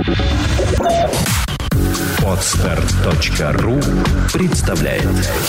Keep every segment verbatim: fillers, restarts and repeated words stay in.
Подстер точка ру представляет.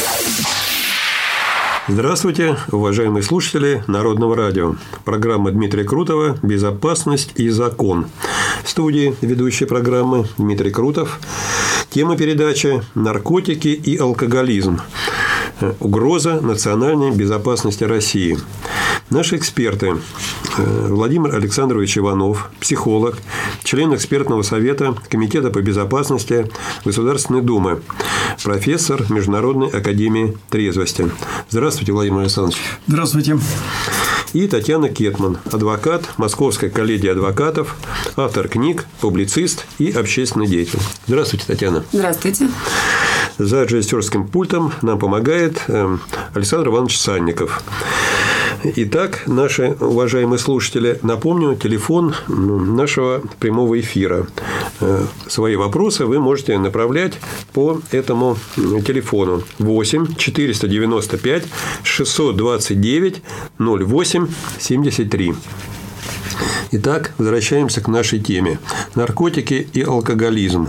Здравствуйте, уважаемые слушатели Народного радио. Программа Дмитрия Крутова «Безопасность и закон». В студии ведущей программы Дмитрий Крутов. Тема передачи «Наркотики и алкоголизм. Угроза национальной безопасности России». Наши эксперты: Владимир Александрович Иванов, психолог, член экспертного совета Комитета по безопасности Государственной Думы, профессор Международной академии трезвости. Здравствуйте, Владимир Александрович. Здравствуйте. И Татьяна Кетман, адвокат Московской коллегии адвокатов, автор книг, публицист и общественный деятель. Здравствуйте, Татьяна. Здравствуйте. За режиссерским пультом нам помогает Александр Иванович Санников. Итак, наши уважаемые слушатели, напомню, телефон нашего прямого эфира. Свои вопросы вы можете направлять по этому телефону восемь четыреста девяносто пять шестьсот двадцать девять ноль восемь семьдесят три. Итак, возвращаемся к нашей теме. Наркотики и алкоголизм.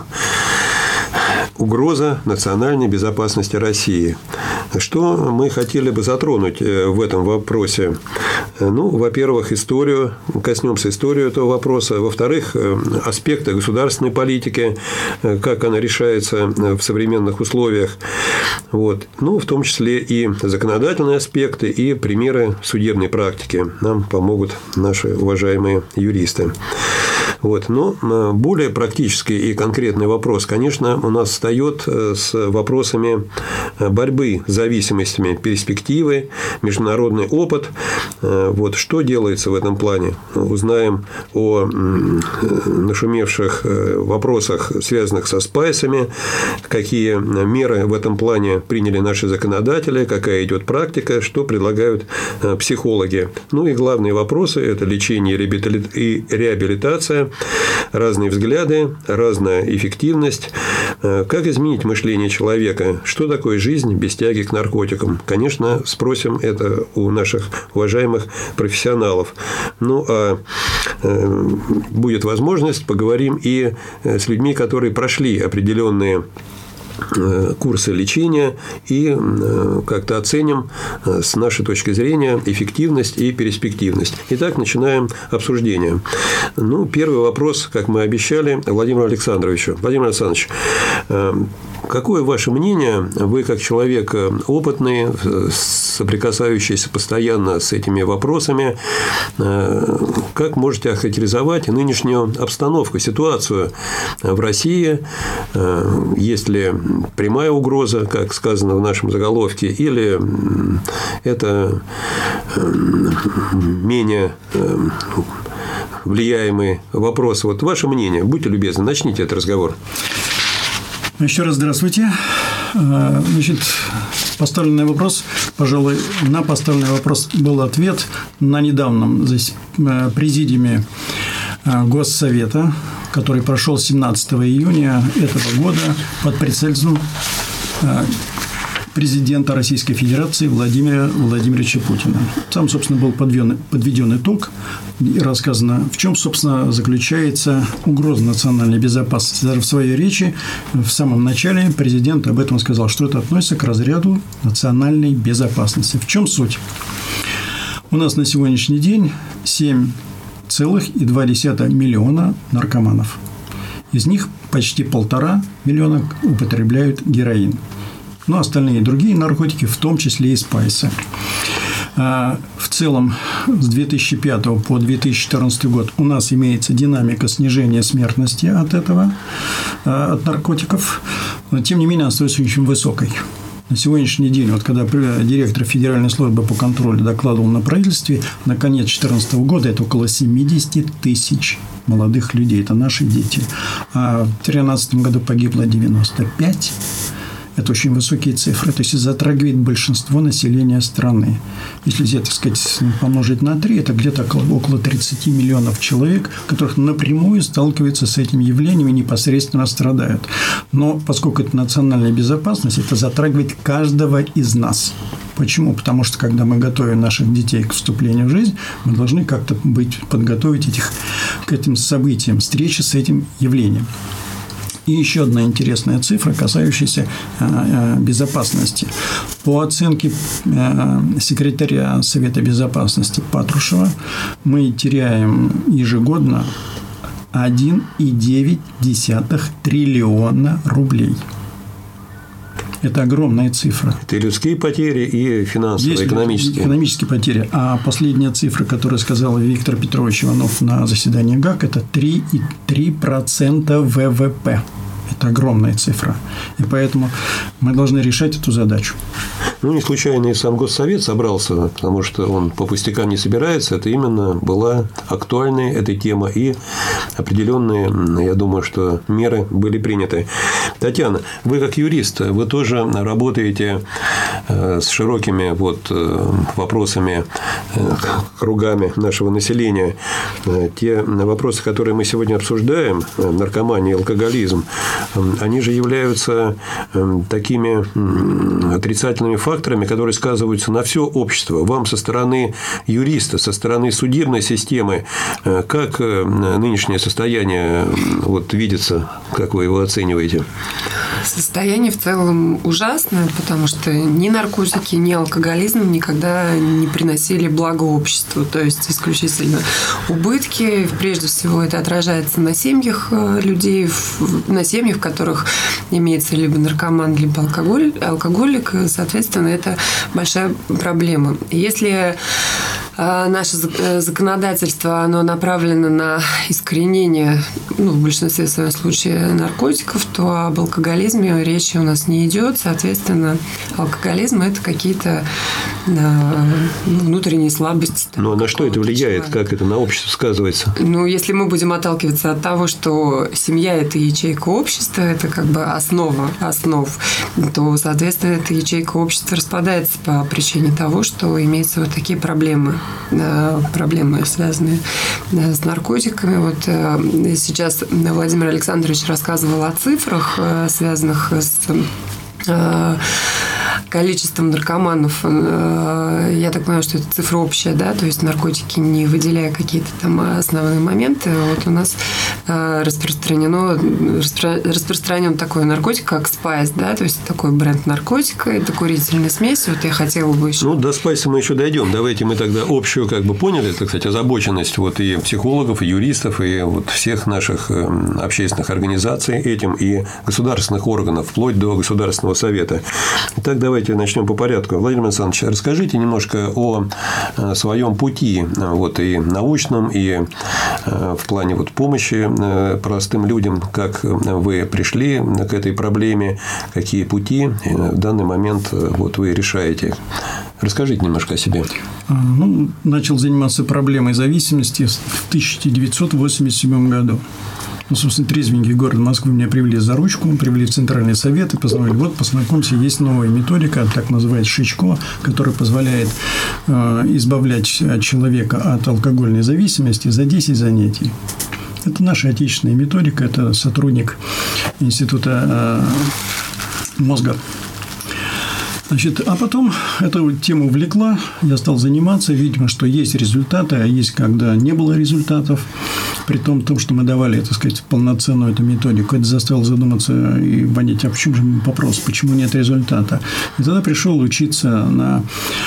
Угроза национальной безопасности России. Что мы хотели бы затронуть в этом вопросе? Ну, во-первых, историю, коснемся истории этого вопроса. Во-вторых, аспекты государственной политики, как она решается в современных условиях. Вот. Ну, в том числе и законодательные аспекты, и примеры судебной практики. Нам помогут наши уважаемые юристы. Вот. Но более практический и конкретный вопрос, конечно, у нас встает с вопросами борьбы с зависимостями, перспективы, международный опыт. Вот. Что делается в этом плане? Узнаем о нашумевших вопросах, связанных со спайсами, какие меры в этом плане приняли наши законодатели, какая идет практика, что предлагают психологи. Ну и главные вопросы – это лечение и реабилитация, разные взгляды, разная эффективность. Как изменить мышление человека? Что такое жизнь без тяги к наркотикам? Конечно, спросим это у наших уважаемых профессионалов. Ну, а будет возможность, поговорим и с людьми, которые прошли определенные курсы лечения и как-то оценим с нашей точки зрения эффективность и перспективность. Итак, начинаем обсуждение. Ну, первый вопрос, как мы обещали, Владимиру Александровичу. Владимир Александрович, какое ваше мнение? Вы, как человек опытный, соприкасающийся постоянно с этими вопросами, как можете охарактеризовать нынешнюю обстановку, ситуацию в России? Есть ли прямая угроза, как сказано в нашем заголовке, или это менее влияемый вопрос? Вот ваше мнение, будьте любезны, начните этот разговор. Еще раз здравствуйте. Значит, поставленный вопрос, пожалуй, на поставленный вопрос был ответ на недавнем здесь президиуме Госсовета, который прошел семнадцатого июня этого года под председательством президента Российской Федерации Владимира Владимировича Путина. Там, собственно, был подведен, подведен итог и рассказано, в чем, собственно, заключается угроза национальной безопасности. Даже в своей речи в самом начале президент об этом сказал, что это относится к разряду национальной безопасности. В чем суть? У нас на сегодняшний день семь целых два десятых миллиона наркоманов. Из них почти полтора миллиона употребляют героин. Ну, остальные другие наркотики, в том числе и спайсы. В целом, с две тысячи пятого по две тысячи четырнадцатый год у нас имеется динамика снижения смертности от этого, от наркотиков, но, тем не менее, она остается очень высокой. На сегодняшний день, вот когда директор Федеральной службы по контролю докладывал на правительстве, на конец две тысячи четырнадцатого года это около семьдесят тысяч молодых людей, это наши дети. А в две тысячи тринадцатом году погибло девяносто пять. это очень высокие цифры. То есть, затрагивает большинство населения страны. Если взять, так сказать, помножить на три, это где-то около тридцать миллионов человек, которых напрямую сталкиваются с этим явлением и непосредственно страдают. Но поскольку это национальная безопасность, это затрагивает каждого из нас. Почему? Потому что, когда мы готовим наших детей к вступлению в жизнь, мы должны как-то быть, подготовить их к этим событиям, встречи с этим явлением. И еще одна интересная цифра, касающаяся безопасности. По оценке секретаря Совета Безопасности Патрушева, мы теряем ежегодно один и девять десятых триллиона рублей. Это огромная цифра. Это и людские потери, и финансовые, экономические. Экономические потери. А последняя цифра, которую сказал Виктор Петрович Иванов на заседании ГАК, это три и три десятых процента вэ вэ пэ. Это огромная цифра. И поэтому мы должны решать эту задачу. Ну, не случайно и сам Госсовет собрался, потому что он по пустякам не собирается. Это именно была актуальная эта тема. И определенные, я думаю, что меры были приняты. Татьяна, вы как юрист, вы тоже работаете с широкими вот вопросами, кругами нашего населения. Те вопросы, которые мы сегодня обсуждаем, наркомания, алкоголизм, они же являются такими отрицательными факторами, которые сказываются на все общество. Вам со стороны юриста, со стороны судебной системы, как нынешнее состояние вот видится, как вы его оцениваете? Состояние в целом ужасное, потому что ни наркотики, ни алкоголизм никогда не приносили блага обществу. То есть, исключительно убытки. Прежде всего, это отражается на семьях людей, на семьях, в которых имеется либо наркоман, либо алкоголь, алкоголик. Соответственно, это большая проблема. Если наше законодательство, оно направлено на искоренение, ну, в большинстве своем случаев, наркотиков, то об алкоголизме речи у нас не идет. Соответственно, алкоголизм – это какие-то внутренние слабости. Ну, а на что это влияет? Человека. Как это на общество сказывается? Ну, если мы будем отталкиваться от того, что семья – это ячейка общества, это как бы основа основ, то, соответственно, эта ячейка общества распадается по причине того, что имеются вот такие проблемы. Проблемы, связанные с наркотиками. Вот сейчас Владимир Александрович рассказывал о цифрах, связанных с количеством наркоманов. Я так понимаю, что это цифра общая, да, то есть наркотики, не выделяя какие-то там основные моменты. Вот у нас распространено, распространен такой наркотик, как спайс, да, то есть такой бренд наркотика, это курительная смесь. Вот я хотела бы еще... Ну, до спайса мы еще дойдем. Давайте мы тогда общую как бы поняли, так сказать, озабоченность вот и психологов, и юристов, и вот всех наших общественных организаций этим, и государственных органов, вплоть до Государственного совета. Итак, давайте начнем по порядку. Владимир Александрович, расскажите немножко о своем пути, вот и научном, и в плане вот помощи простым людям, как вы пришли к этой проблеме, какие пути в данный момент вот вы решаете. Расскажите немножко о себе. Ну, начал заниматься проблемой зависимости в тысяча девятьсот восемьдесят седьмом году. Ну, собственно, трезвенький город Москвы меня привели за ручку, привели в Центральный совет и позвали, вот, познакомься, есть новая методика, так называется Шичко, которая позволяет э, избавлять человека от алкогольной зависимости за десять занятий. Это наша отечественная методика, это сотрудник Института э, мозга. Значит, а потом эту тему увлекла, я стал заниматься, видимо, что есть результаты, а есть, когда не было результатов. При том, том, что мы давали, так сказать, полноценную эту методику, это заставило задуматься и понять, а почему же вопрос, почему нет результата. И тогда пришел учиться на,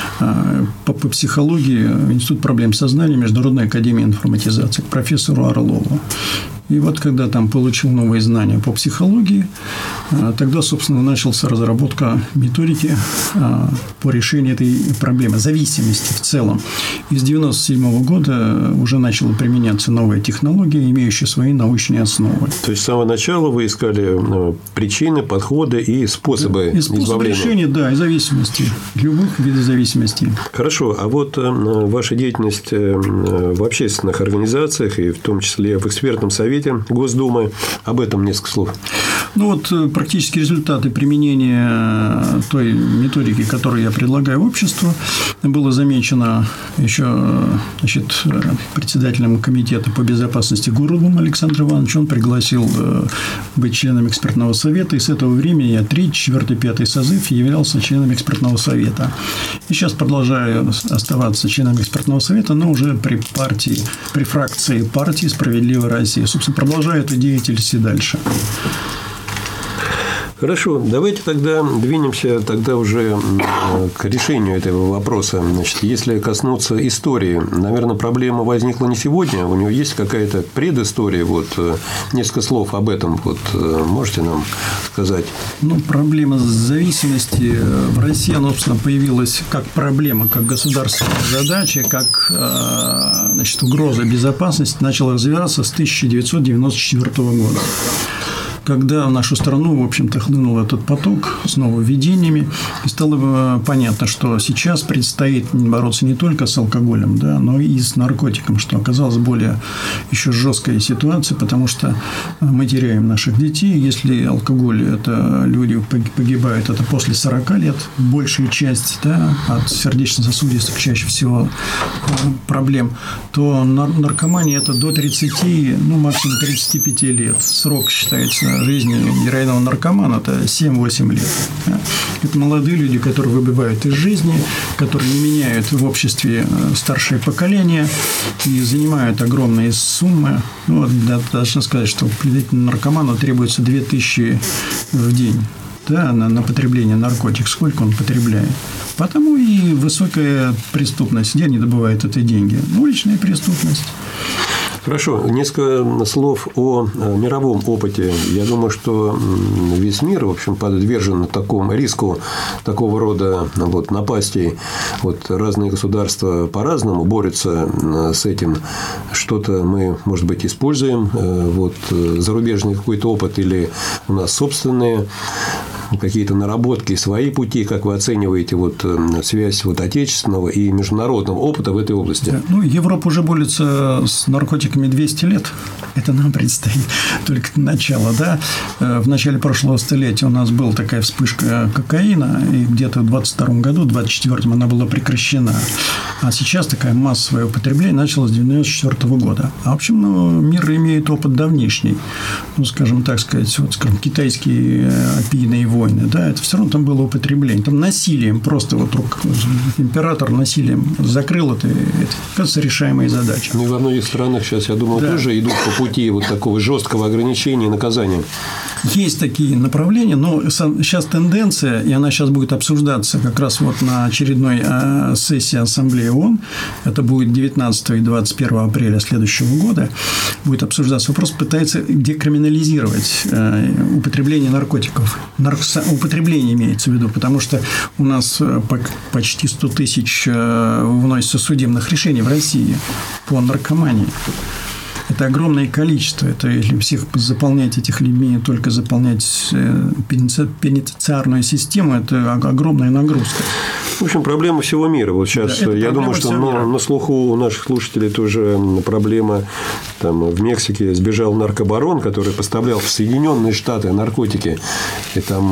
по, по психологии в Институт проблем сознания Международной академии информатизации к профессору Орлову. И вот, когда там получил новые знания по психологии, тогда, собственно, началась разработка методики по решению этой проблемы зависимости в целом. И с девяносто седьмого года уже начала применяться новая технология, имеющая свои научные основы. То есть, с самого начала вы искали причины, подходы и способы и способы избавления. решения, да, и зависимости, любых видов зависимости. Хорошо. А вот ваша деятельность в общественных организациях, и в том числе в экспертном совете Госдумы, об этом несколько слов. Ну, вот практические результаты применения той методики, которую я предлагаю обществу, было замечено еще, значит, председателем комитета по безопасности Гуровым Александром Ивановичем. Он пригласил быть членом экспертного совета, и с этого времени я третий, четвертый, пятый созыв являлся членом экспертного совета. И сейчас продолжаю оставаться членом экспертного совета, но уже при партии, при фракции партии «Справедливая Россия». Собственно, продолжаю эту деятельность и дальше. Хорошо, давайте тогда двинемся тогда уже к решению этого вопроса. Значит, если коснуться истории, наверное, проблема возникла не сегодня, у нее есть какая-то предыстория, вот несколько слов об этом, вот можете нам сказать? Ну, проблема зависимости в России, она, собственно, появилась как проблема, как государственная задача, как, значит, угроза безопасности начала развиваться с тысяча девятьсот девяносто четвёртого года. Когда в нашу страну, в общем-то, хлынул этот поток с нововведениями, и стало понятно, что сейчас предстоит бороться не только с алкоголем, да, но и с наркотиком, что оказалось более еще жесткая ситуация, потому что мы теряем наших детей. Если алкоголь – это люди погибают, это после сорока лет, большая часть, да, от сердечно-сосудистых чаще всего проблем, то наркомания – это до тридцати, ну, максимум тридцати пяти лет. Срок считается жизни героинового наркомана – это семь-восемь лет. Это молодые люди, которые выбывают из жизни, которые не меняют в обществе старшее поколение и занимают огромные суммы. Ну, вот, достаточно сказать, что предварительно наркоману требуется две тысячи в день. Да, на, на потребление наркотиков, сколько он потребляет. Потому и высокая преступность. Где они добывают эти деньги? Уличная преступность. Хорошо. Несколько слов о мировом опыте. Я думаю, что весь мир, в общем, подвержен такому риску такого рода вот, напастей. Вот, разные государства по-разному борются с этим. Что-то мы, может быть, используем. Вот, зарубежный какой-то опыт или у нас собственные какие-то наработки, свои пути, как вы оцениваете вот, связь вот, отечественного и международного опыта в этой области? Да. Ну, Европа уже борется с наркотиками двести лет. Это нам предстоит только начало. Да? В начале прошлого столетия у нас была такая вспышка кокаина, и где-то в двадцать втором году, в двадцать четвёртом она была прекращена. А сейчас такая массовое употребление началось с девяносто четвёртого года. А в общем, ну, мир имеет опыт давнишний. Ну, скажем так сказать, вот, скажем, китайские опийные войны, да, это все равно там было употребление. Там насилием просто вот рук, император насилием закрыл это. Это, кажется, решаемая задача. Ну, и во многих странах сейчас, я думаю, да, тоже идут по пути вот такого жесткого ограничения и наказания. Есть такие направления, но сейчас тенденция, и она сейчас будет обсуждаться как раз вот на очередной сессии Ассамблеи ООН, это будет девятнадцатого и двадцать первого апреля следующего года, будет обсуждаться вопрос, пытается декриминализировать употребление наркотиков. Употребление имеется в виду, потому что у нас почти сто тысяч вносится судебных решений в России по наркомании. Это огромное количество. Это если всех заполнять этих людьми, только заполнять пенитенциарную систему, это огромная нагрузка. В общем, проблема всего мира. Вот сейчас, да, я думаю, что на, на слуху у наших слушателей тоже проблема. Там, в Мексике сбежал наркобарон, который поставлял в Соединенные Штаты наркотики. И там...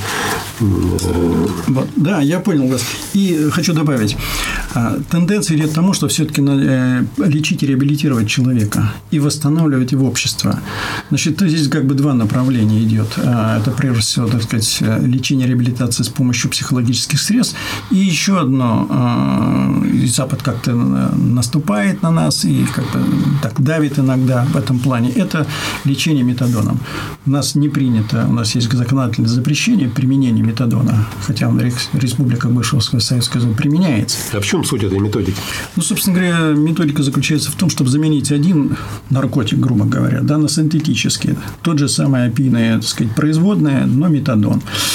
Вот, да, я понял вас. И хочу добавить. Тенденция идет к тому, что все-таки лечить и реабилитировать человека и восстанавливать его общество. Значит, здесь как бы два направления идет. Это, прежде всего, так сказать, лечение и реабилитация с помощью психологических средств. И еще одно. Запад как-то наступает на нас и как-то так давит иногда в этом плане. Это лечение метадоном. У нас не принято, у нас есть законодательное запрещение применения метадона, хотя в республиках бывшего Советского Союза применяется. А в чем суть этой методики? Ну, собственно говоря, методика заключается в том, чтобы заменить один наркотик, грубо говоря, да, на синтетический. Тот же самый опийный, так сказать, производный, но метадон.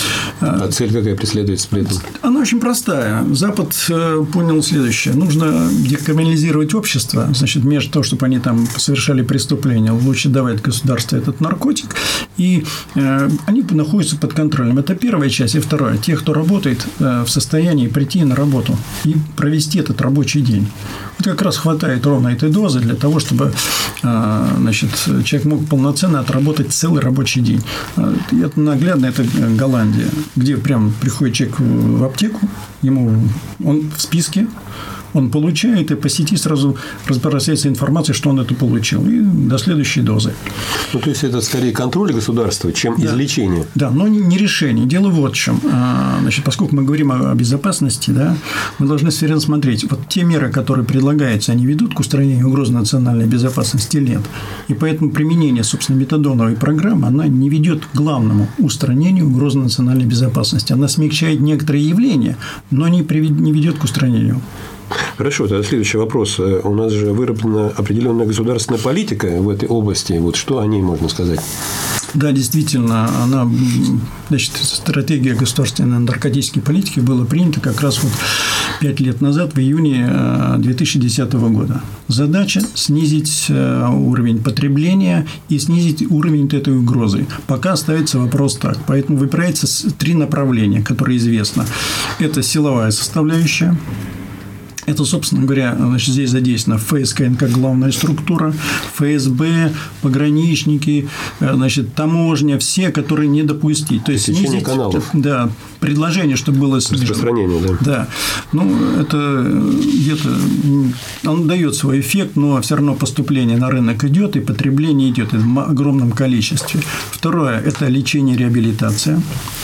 А цель какая преследуется при этом? Она очень простая. Запад понял следующее. Нужно декриминализировать общество. Значит, вместо того, чтобы они там совершали преступления, лучше давать государству этот наркотик. И они находятся под контролем. Это первая часть. И вторая. Те, кто работает, в состоянии прийти на работу и провести этот рабочий день. Вот как раз хватает ровно этой дозы для того, чтобы, значит, человек мог полноценно отработать целый рабочий день. Это наглядно, это Голландия, где прям приходит человек в аптеку, ему он в списке, он получает, и по сети сразу распространяется информация, что он это получил, и до следующей дозы. Ну, то есть, это скорее контроль государства, чем да. излечение. Да, но не решение. Дело вот в чем. Значит, поскольку мы говорим о безопасности, да, мы должны серьезно смотреть. Вот те меры, которые предлагаются, они ведут к устранению угрозы национальной безопасности или нет. И поэтому применение, собственно, метадоновой программы, она не ведет к главному устранению угрозы национальной безопасности. Она смягчает некоторые явления, но не ведет к устранению. Хорошо, тогда следующий вопрос. У нас же выработана определенная государственная политика в этой области. Вот что о ней можно сказать? Да, действительно, она, значит, стратегия государственной наркотической политики была принята как раз вот пять лет назад, в июне две тысячи десятого года. Задача – снизить уровень потребления и снизить уровень этой угрозы. Пока ставится вопрос так. Поэтому выбирается три направления, которые известны. Это силовая составляющая. Это, собственно говоря, значит, здесь задействована эф эс ка эн как главная структура, эф эс бэ, пограничники, значит, таможня, все, которые не допустить. То есть, снизить каналов. Да, предложение, чтобы было распространение, да. Да. Ну, это где-то он дает свой эффект, но все равно поступление на рынок идет, и потребление идет в огромном количестве. Второе – это лечение, реабилитация,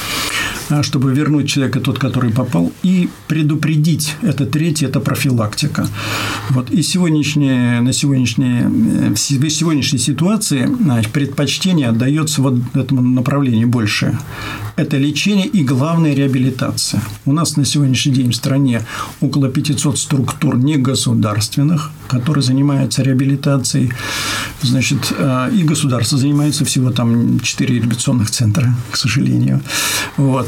чтобы вернуть человека, тот, который попал, и предупредить. Это третье, это профилактика. Вот. И сегодняшние, на сегодняшней, в сегодняшней ситуации, значит, предпочтение отдается вот этому направлению больше. Это лечение и, главное, реабилитация. У нас на сегодняшний день в стране около пятисот структур негосударственных, которые занимаются реабилитацией. Значит, и государство занимается, всего там четыре реабилитационных центра, к сожалению. Вот.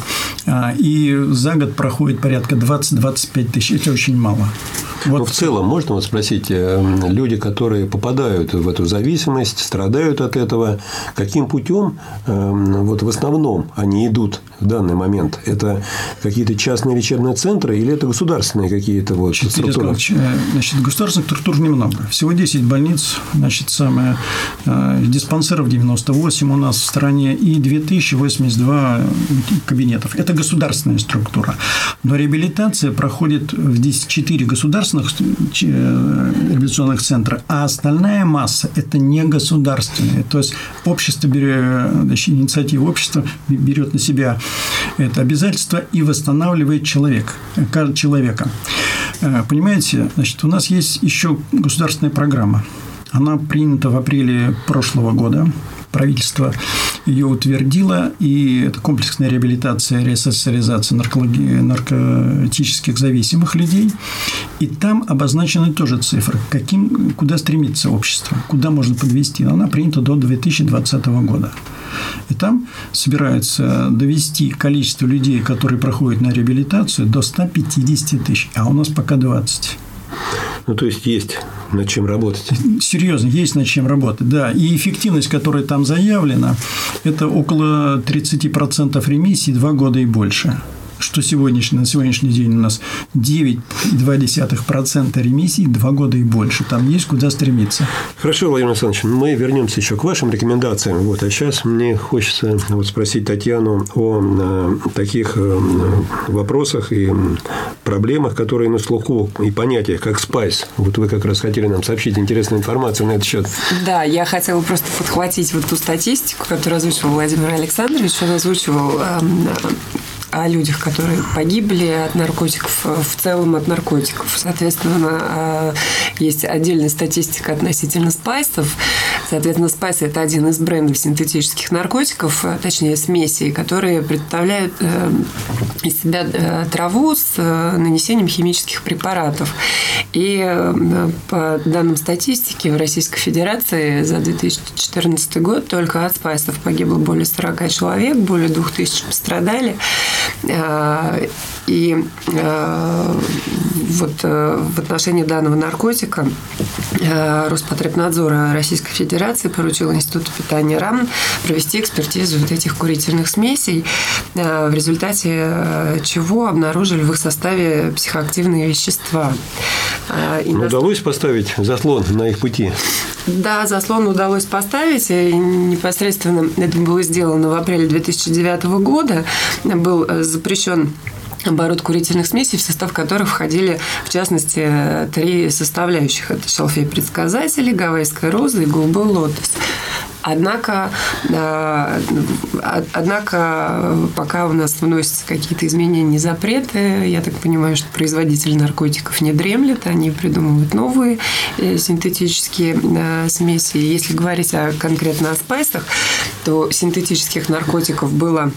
И за год проходит порядка двадцать-двадцать пять тысяч. Это очень мало. Вот. Но в целом, можно вот спросить, люди, которые попадают в эту зависимость, страдают от этого, каким путем вот в основном они идут в данный момент? Это какие-то частные лечебные центры или это государственные какие-то вот структуры? Значит, государственных структур немного. Всего десять больниц, значит, самое, диспансеров девяносто восемь у нас в стране и две тысячи восемьдесят два кабинетов. Это государственная структура. Но реабилитация проходит в четыре государственных реабилитационных центра, а остальная масса – это не государственные. То есть, общество берет, значит, инициатива общества берет на себя это обязательство и восстанавливает человек, человека. Понимаете, значит, у нас есть еще государственная программа. Она принята в апреле прошлого года. Правительство ее утвердило, и это комплексная реабилитация, ресоциализация наркотических зависимых людей. И там обозначены тоже цифры, каким, куда стремится общество, куда можно подвести. Она принята до две тысячи двадцатого года. И там собираются довести количество людей, которые проходят на реабилитацию, до ста пятидесяти тысяч, а у нас пока двадцать. Ну, то есть, есть над чем работать. Серьезно, есть над чем работать, да. И эффективность, которая там заявлена, это около тридцать процентов ремиссии, два года и больше. Что сегодняшний, на сегодняшний день у нас девять целых две десятых процента ремиссий, два года и больше. Там есть куда стремиться. Хорошо, Владимир Александрович, мы вернемся еще к вашим рекомендациям. Вот, а сейчас мне хочется вот спросить Татьяну о таких вопросах и проблемах, которые на слуху, и понятиях, как спайс. Вот вы как раз хотели нам сообщить интересную информацию на этот счет. Да, я хотела просто подхватить вот ту статистику, которую озвучивал Владимир Александрович. Он озвучивал о людях, которые погибли от наркотиков, в целом от наркотиков. Соответственно, есть отдельная статистика относительно спайсов. Соответственно, спайсы – это один из брендов синтетических наркотиков, точнее, смесей, которые представляют из себя траву с нанесением химических препаратов. И по данным статистики в Российской Федерации за две тысячи четырнадцатый год только от спайсов погибло более сорока человек, более двух тысяч пострадали. И вот в отношении данного наркотика Роспотребнадзор Российской Федерации поручил Институту питания РАН провести экспертизу вот этих курительных смесей, в результате чего обнаружили в их составе психоактивные вещества. И Но удалось поставить заслон на их пути? Да, заслон удалось поставить. И непосредственно это было сделано в апреле две тысячи девятого года. Был запрещен оборот курительных смесей, в состав которых входили, в частности, три составляющих. Это шалфей-предсказатель, гавайская роза и голубой лотос. Однако, однако, пока у нас вносятся какие-то изменения и запреты, я так понимаю, что производители наркотиков не дремлят, они придумывают новые синтетические смеси. Если говорить о, конкретно о спайсах, то синтетических наркотиков было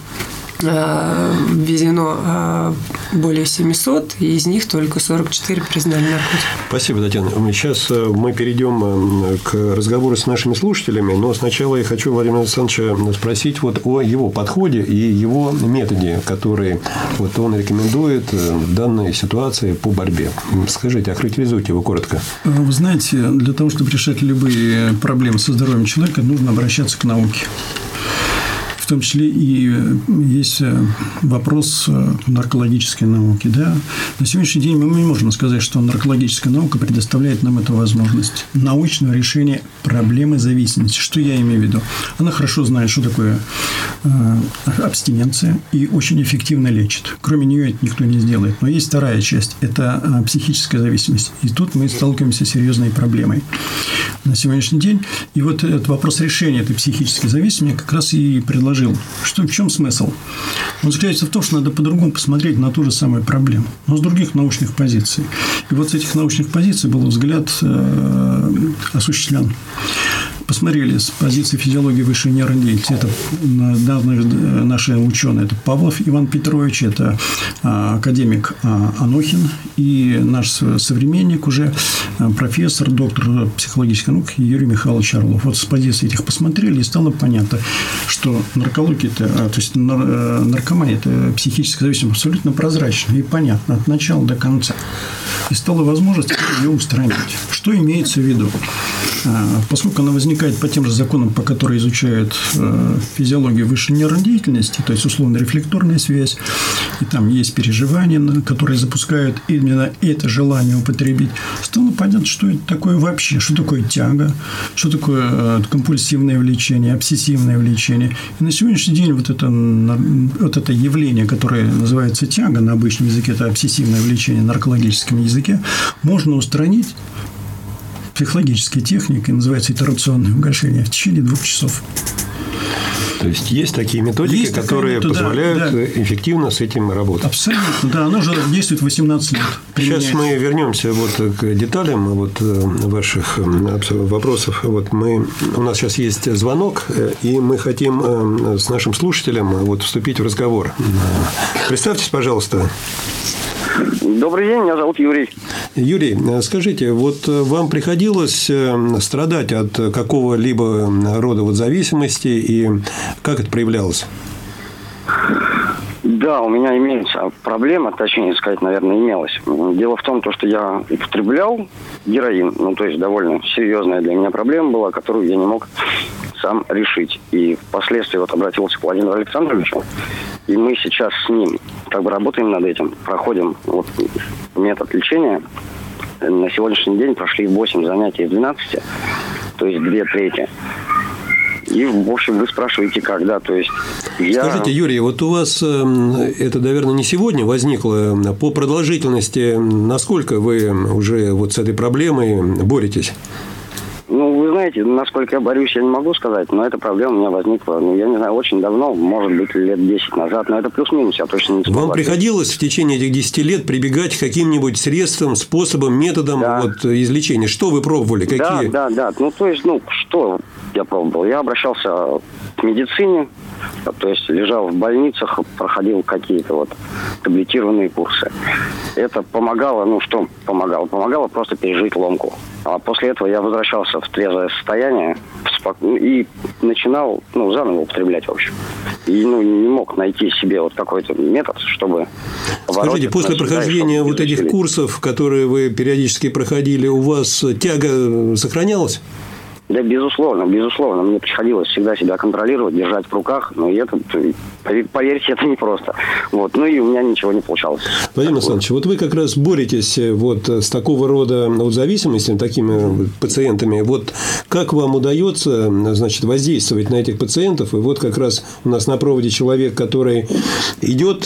введено более семисот, и из них только сорок четыре признали наркотиками. Спасибо, Татьяна. Сейчас мы перейдем к разговору с нашими слушателями, но сначала я хочу Владимира Александровича спросить вот о его подходе и его методе, который вот он рекомендует в данной ситуации по борьбе. Скажите, охарактеризуйте его коротко. Вы знаете, для того, чтобы решать любые проблемы со здоровьем человека, нужно обращаться к науке. В том числе и есть вопрос наркологической науки. Да? На сегодняшний день мы не можем сказать, что наркологическая наука предоставляет нам эту возможность научного решения проблемы зависимости. Что я имею в виду? Она хорошо знает, что такое абстиненция, и очень эффективно лечит. Кроме нее это никто не сделает. Но есть вторая часть – это психическая зависимость. И тут мы сталкиваемся с серьезной проблемой на сегодняшний день. И вот этот вопрос решения этой психической зависимости как раз и предложил. Что, в чем смысл? Он заключается в том, что надо по-другому посмотреть на ту же самую проблему, но с других научных позиций. И вот с этих научных позиций был взгляд э, осуществлен. Посмотрели с позиции физиологии высшей нервной деятельности. Это наши ученые. Это Павлов Иван Петрович, это академик Анохин и наш современник уже профессор, доктор психологических наук Юрий Михайлович Орлов. Вот с позиции этих посмотрели, и стало понятно, что наркология, это, то есть наркомания, это психическая зависимость абсолютно прозрачна и понятна от начала до конца. И стала возможность ее устранить. Что имеется в виду? Поскольку она возникает по тем же законам, по которым изучают физиологию высшей нервной деятельности, то есть условно-рефлекторная связь, и там есть переживания, которые запускают именно это желание употребить, стало понятно, что это такое вообще, что такое тяга, что такое компульсивное влечение, обсессивное влечение. И на сегодняшний день вот это, вот это явление, которое называется тяга, на обычном языке это обсессивное влечение, на наркологическом языке, можно устранить психологической техникой, называется итерационное угошение, в течение двух часов. То есть, есть такие методики, есть которые метода, позволяют да. эффективно с этим работать. Абсолютно, да. Оно же действует восемнадцать лет. Сейчас мы вернемся вот к деталям вот ваших вопросов. Вот мы, у нас сейчас есть звонок, и мы хотим с нашим слушателем вот вступить в разговор. Представьтесь, пожалуйста. Добрый день, меня зовут Юрий. Юрий, скажите, вот вам приходилось страдать от какого-либо рода вот зависимости, и как это проявлялось? Да, у меня имеется проблема, точнее сказать, наверное, имелась. Дело в том, что я употреблял героин, ну, то есть довольно серьезная для меня проблема была, которую я не мог сам решить. И впоследствии вот обратился к Владимиру Александровичу, и мы сейчас с ним как бы работаем над этим, проходим вот метод лечения. На сегодняшний день прошли восемь занятий из двенадцати, то есть две трети. И, в общем, вы спрашиваете, когда, то есть я... Скажите, Юрий, вот у вас это, наверное, не сегодня возникло. По продолжительности, насколько вы уже вот с этой проблемой боретесь? Ну, вы знаете, насколько я борюсь, я не могу сказать, но эта проблема у меня возникла, ну, я не знаю, очень давно, может быть, лет десять назад, но это плюс-минус, я точно не скажу. Вам приходилось в течение этих десяти лет прибегать к каким-нибудь средствам, способам, методам да. вот, излечения? Что вы пробовали? Какие? Да, да, да. Ну, то есть, ну, что я пробовал? Я обращался к медицине, то есть лежал в больницах, проходил какие-то вот таблетированные курсы. Это помогало, ну, что помогало? Помогало просто пережить ломку. А после этого я возвращался в трезвое состояние, и начинал, ну, заново употреблять, в общем. И, ну, не мог найти себе вот какой-то метод, чтобы... Скажите, после прохождения вот этих курсов, которые вы периодически проходили, у вас тяга сохранялась? Да, безусловно, безусловно. Мне приходилось всегда себя контролировать, держать в руках. Но и это, поверьте, это непросто. Вот. Ну и у меня ничего не получалось. Владимир Александрович, вот вы как раз боретесь вот с такого рода вот зависимостями, такими пациентами. Вот как вам удается, значит, воздействовать на этих пациентов? И вот как раз у нас на проводе человек, который идет,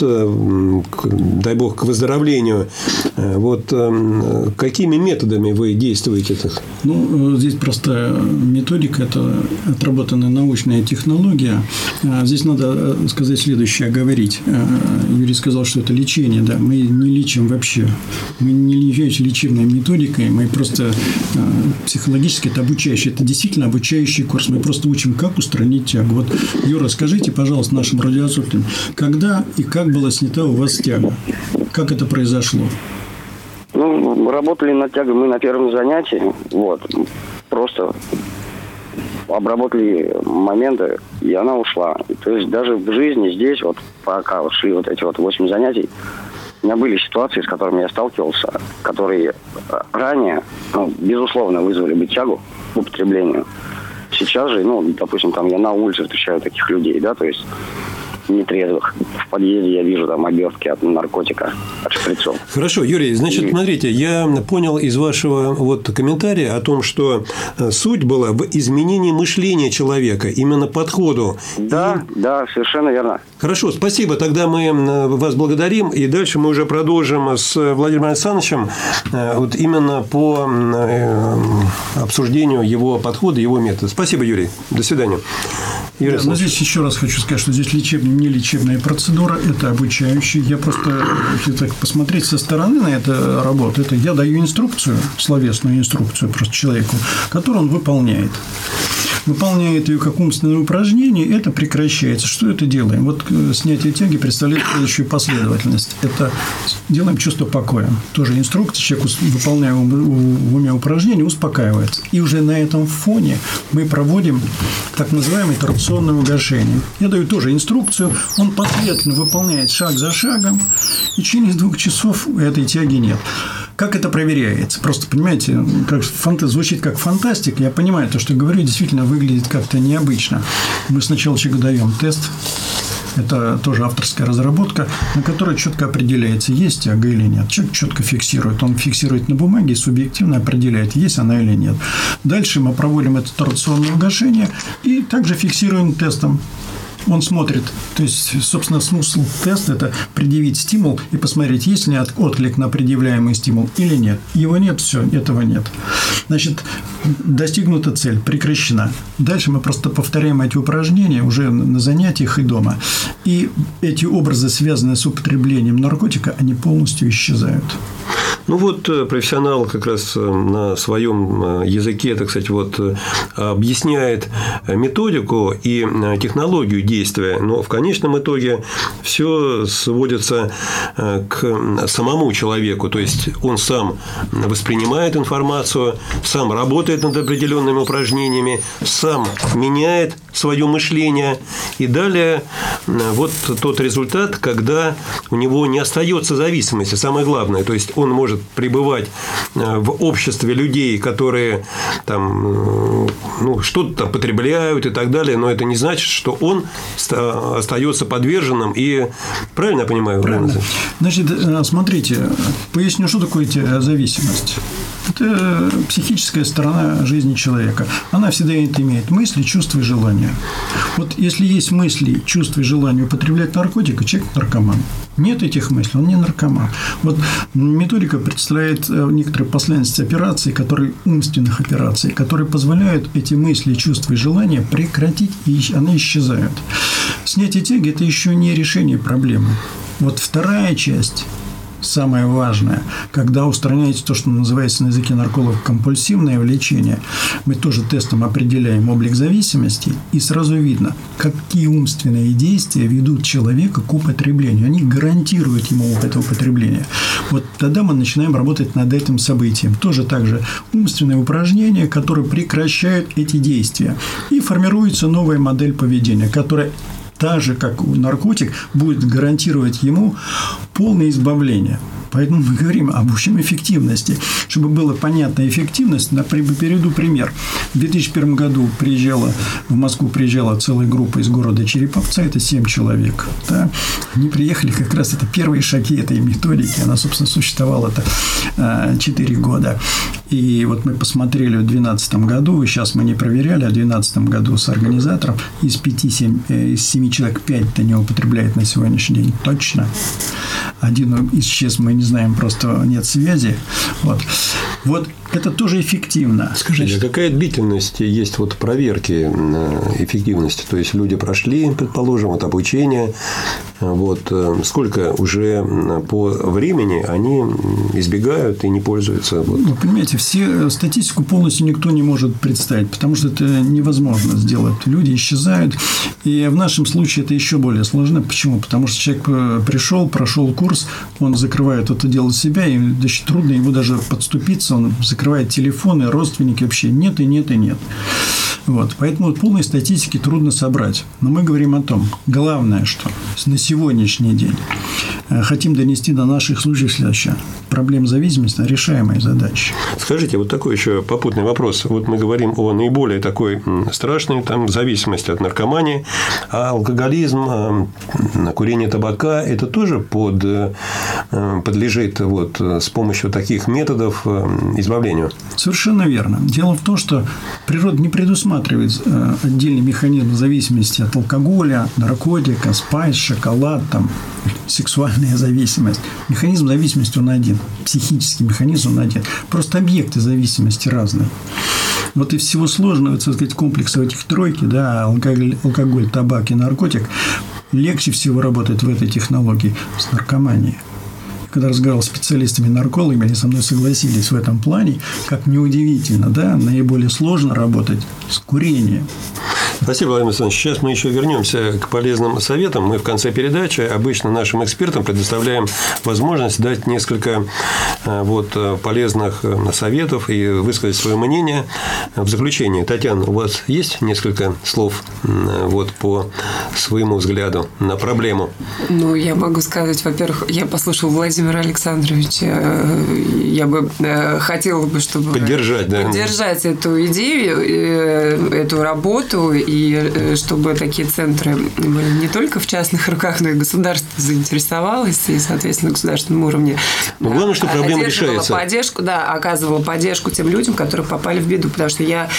дай бог, к выздоровлению. Вот какими методами вы действуете? Ну, здесь просто методика – это отработанная научная технология. Здесь надо сказать следующее, оговорить. Юрий сказал, что это лечение. Да, мы не лечим вообще. Мы не являемся лечебной методикой. Мы просто психологически это обучающий. Это действительно обучающий курс. Мы просто учим, как устранить тягу. Вот, Юра, скажите, пожалуйста, нашим радиослушателям, когда и как была снята у вас тяга? Как это произошло? Ну, работали над тягой мы на первом занятии. Вот. Просто обработали моменты, и она ушла. То есть даже в жизни здесь, вот пока вот шли вот эти вот восемь занятий, у меня были ситуации, с которыми я сталкивался, которые ранее, ну, безусловно, вызвали бы тягу к употреблению. Сейчас же, ну, допустим, там я на улице встречаю таких людей, да, то есть нетрезвых. В подъезде я вижу там обертки от наркотика, от шприцов. Хорошо, Юрий, значит, и... смотрите, я понял из вашего вот комментария о том, что суть была в изменении мышления человека, именно подходу. Да, и... да, совершенно верно. Хорошо, спасибо. Тогда мы вас благодарим, и дальше мы уже продолжим с Владимиром Александровичем вот именно по обсуждению его подхода, его метода. Спасибо, Юрий. До свидания. Юрий да, но здесь еще раз хочу сказать, что здесь лечебная, не лечебная процедура, это обучающая. Я просто, если так посмотреть со стороны на эту работу, это я даю инструкцию, словесную инструкцию просто человеку, которую он выполняет. Выполняет ее как умственное упражнение, это прекращается. Что это делаем? Вот снятие тяги представляет следующую последовательность. Это делаем чувство покоя. Тоже инструкция, человек, выполняя в уме упражнение, успокаивается. И уже на этом фоне мы проводим так называемое торционное угошение. Я даю тоже инструкцию, он последовательно выполняет шаг за шагом, и через двух часов этой тяги нет. Как это проверяется? Просто, понимаете, как фанта... звучит как фантастика. Я понимаю, то, что говорю, действительно выглядит как-то необычно. Мы сначала человеку даем тест. Это тоже авторская разработка, на которой четко определяется, есть тяга или нет. Человек четко фиксирует. Он фиксирует на бумаге и субъективно определяет, есть она или нет. Дальше мы проводим это торционное угошение и также фиксируем тестом. Он смотрит, то есть, собственно, смысл теста – это предъявить стимул и посмотреть, есть ли отклик на предъявляемый стимул или нет. Его нет, все, этого нет. Значит, достигнута цель, прекращена. Дальше мы просто повторяем эти упражнения уже на занятиях и дома. И эти образы, связанные с употреблением наркотика, они полностью исчезают. Ну, вот профессионал как раз на своем языке, так сказать, вот, объясняет методику и технологию действия, но в конечном итоге все сводится к самому человеку. То есть он сам воспринимает информацию, сам работает над определенными упражнениями, сам меняет свое мышление. И далее вот тот результат, когда у него не остается зависимости, самое главное. То есть он может пребывать в обществе людей, которые там, ну, что-то там потребляют и так далее, но это не значит, что он остается подверженным и, правильно я понимаю? Правильно. Значит, смотрите, поясню, что такое зависимость. Это психическая сторона жизни человека. Она всегда имеет мысли, чувства и желания. Вот если есть мысли, чувства и желания употреблять наркотик, человек наркоман. Нет этих мыслей, он не наркоман. Вот методика представляет некоторые последовательности операций, которые умственных операций, которые позволяют эти мысли, чувства и желания прекратить, и они исчезают. Снятие тяги – это еще не решение проблемы. Вот вторая часть самое важное, когда устраняется то, что называется на языке наркологов компульсивное влечение, мы тоже тестом определяем облик зависимости, и сразу видно, какие умственные действия ведут человека к употреблению. Они гарантируют ему это употребление. Вот тогда мы начинаем работать над этим событием. Тоже так же умственные упражнения, которые прекращают эти действия. И формируется новая модель поведения, которая так же, как наркотик, будет гарантировать ему полное избавление. Поэтому мы говорим об общем эффективности. Чтобы было понятна эффективность, приведу пример. В две тысячи первом году приезжала, в Москву приезжала целая группа из города Череповца, это семь человек. Да? Они приехали, как раз это первые шаги этой методики. Она, собственно, существовала-то четыре года. И вот мы посмотрели в две тысячи двенадцатом году, и сейчас мы не проверяли, а в две тысячи двенадцатом году с организатором из пяти-семи, из семи человек пять-то не употребляет на сегодняшний день точно. Один исчез, мы не знаем, просто нет связи. Вот. Вот это тоже эффективно. Скажите, а какая длительность есть вот проверки эффективности? То есть люди прошли, предположим, вот обучение. Вот сколько уже по времени они избегают и не пользуются? Вот. Вы понимаете, все статистику полностью никто не может представить, потому что это невозможно сделать. Люди исчезают. И в нашем случае это еще более сложно. Почему? Потому что человек пришел, прошел курс, он закрывает это дело себя, и очень трудно ему даже подступиться, он закрывает телефоны, родственники вообще нет и нет и нет. Вот. Поэтому полной статистики трудно собрать. Но мы говорим о том, главное, что на сегодняшний день хотим донести до наших случаев следующее. Проблема зависимости – решаемая задача. Скажите, вот такой еще попутный вопрос. Вот мы говорим о наиболее такой страшной там, зависимости от наркомании, а алкоголизм, курение табака – это тоже под, подлежит вот, с помощью таких методов избавлению? Совершенно верно. Дело в том, что природа не предусматривает отдельный механизм зависимости от алкоголя, наркотика, спайс, шоколад, там, сексуальная зависимость. Механизм зависимости он один. Психический механизм он один. Просто объекты зависимости разные. Вот из всего сложного, так сказать, комплекса этих тройки, да, алкоголь, алкоголь, табак и наркотик, легче всего работает в этой технологии с наркоманией. Когда разговаривал с специалистами-наркологами, они со мной согласились в этом плане, как неудивительно, да, наиболее сложно работать с курением. Спасибо, Владимир Александрович. Сейчас мы еще вернемся к полезным советам. Мы в конце передачи обычно нашим экспертам предоставляем возможность дать несколько вот, полезных советов и высказать свое мнение. В заключение, Татьяна, у вас есть несколько слов вот, по своему взгляду на проблему? Ну, я могу сказать, во-первых, я послушала Владимира Александровича. Я бы хотела бы, чтобы поддержать, да. поддержать эту идею, эту работу. И чтобы такие центры были не только в частных руках, но и государство заинтересовалось, и, соответственно, на государственном уровне но главное, что проблема решается. Поддержку, да, оказывала поддержку тем людям, которые попали в беду. Потому что я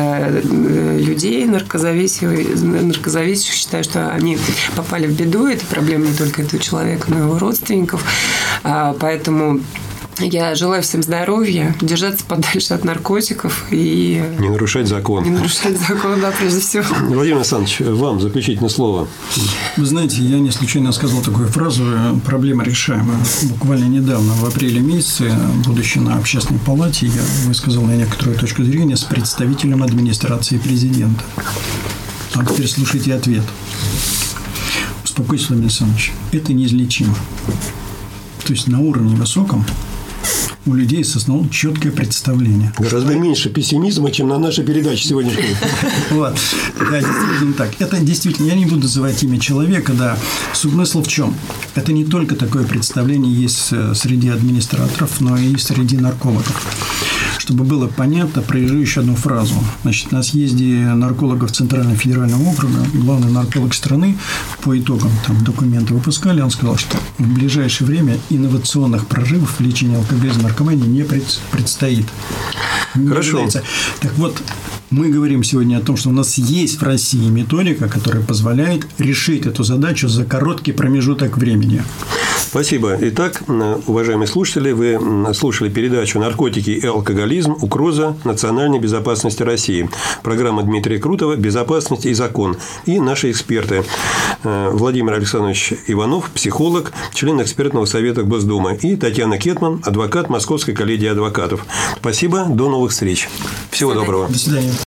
людей наркозависимых, наркозависимых считаю, что они попали в беду. Это проблема не только этого человека, но и его родственников. Поэтому я желаю всем здоровья, держаться подальше от наркотиков и... Не нарушать закон. Не нарушать закон, да, прежде всего. Владимир Александрович, вам заключительное слово. Вы знаете, я не случайно сказал такую фразу «проблема решаемая». Буквально недавно, в апреле месяце, будучи на общественной палате, я высказал на некоторую точку зрения с представителем администрации президента. А теперь слушайте ответ. Успокойтесь, Владимир Александрович, это неизлечимо. То есть на уровне высоком у людей создано четкое представление. Гораздо меньше пессимизма, чем на нашей передаче сегодняшней. Вот. Да, действительно так. Это действительно, я не буду называть имя человека, да. Смысл в чем? Это не только такое представление есть среди администраторов, но и среди наркологов. Чтобы было понятно, проезжу еще одну фразу. Значит, на съезде наркологов Центрального федерального округа главный нарколог страны по итогам там, документа выпускали, он сказал, что в ближайшее время инновационных прорывов в лечении алкоголизма и наркомании не предстоит. Хорошо. Не так вот, мы говорим сегодня о том, что у нас есть в России методика, которая позволяет решить эту задачу за короткий промежуток времени. Спасибо. Итак, уважаемые слушатели, вы слушали передачу «Наркотики и алкоголизм. Угроза национальной безопасности России». Программа Дмитрия Крутова «Безопасность и закон». И наши эксперты. Владимир Александрович Иванов, психолог, член экспертного совета Госдумы. И Татьяна Кетман, адвокат Московской коллегии адвокатов. Спасибо. До новых встреч. Всего доброго. До свидания.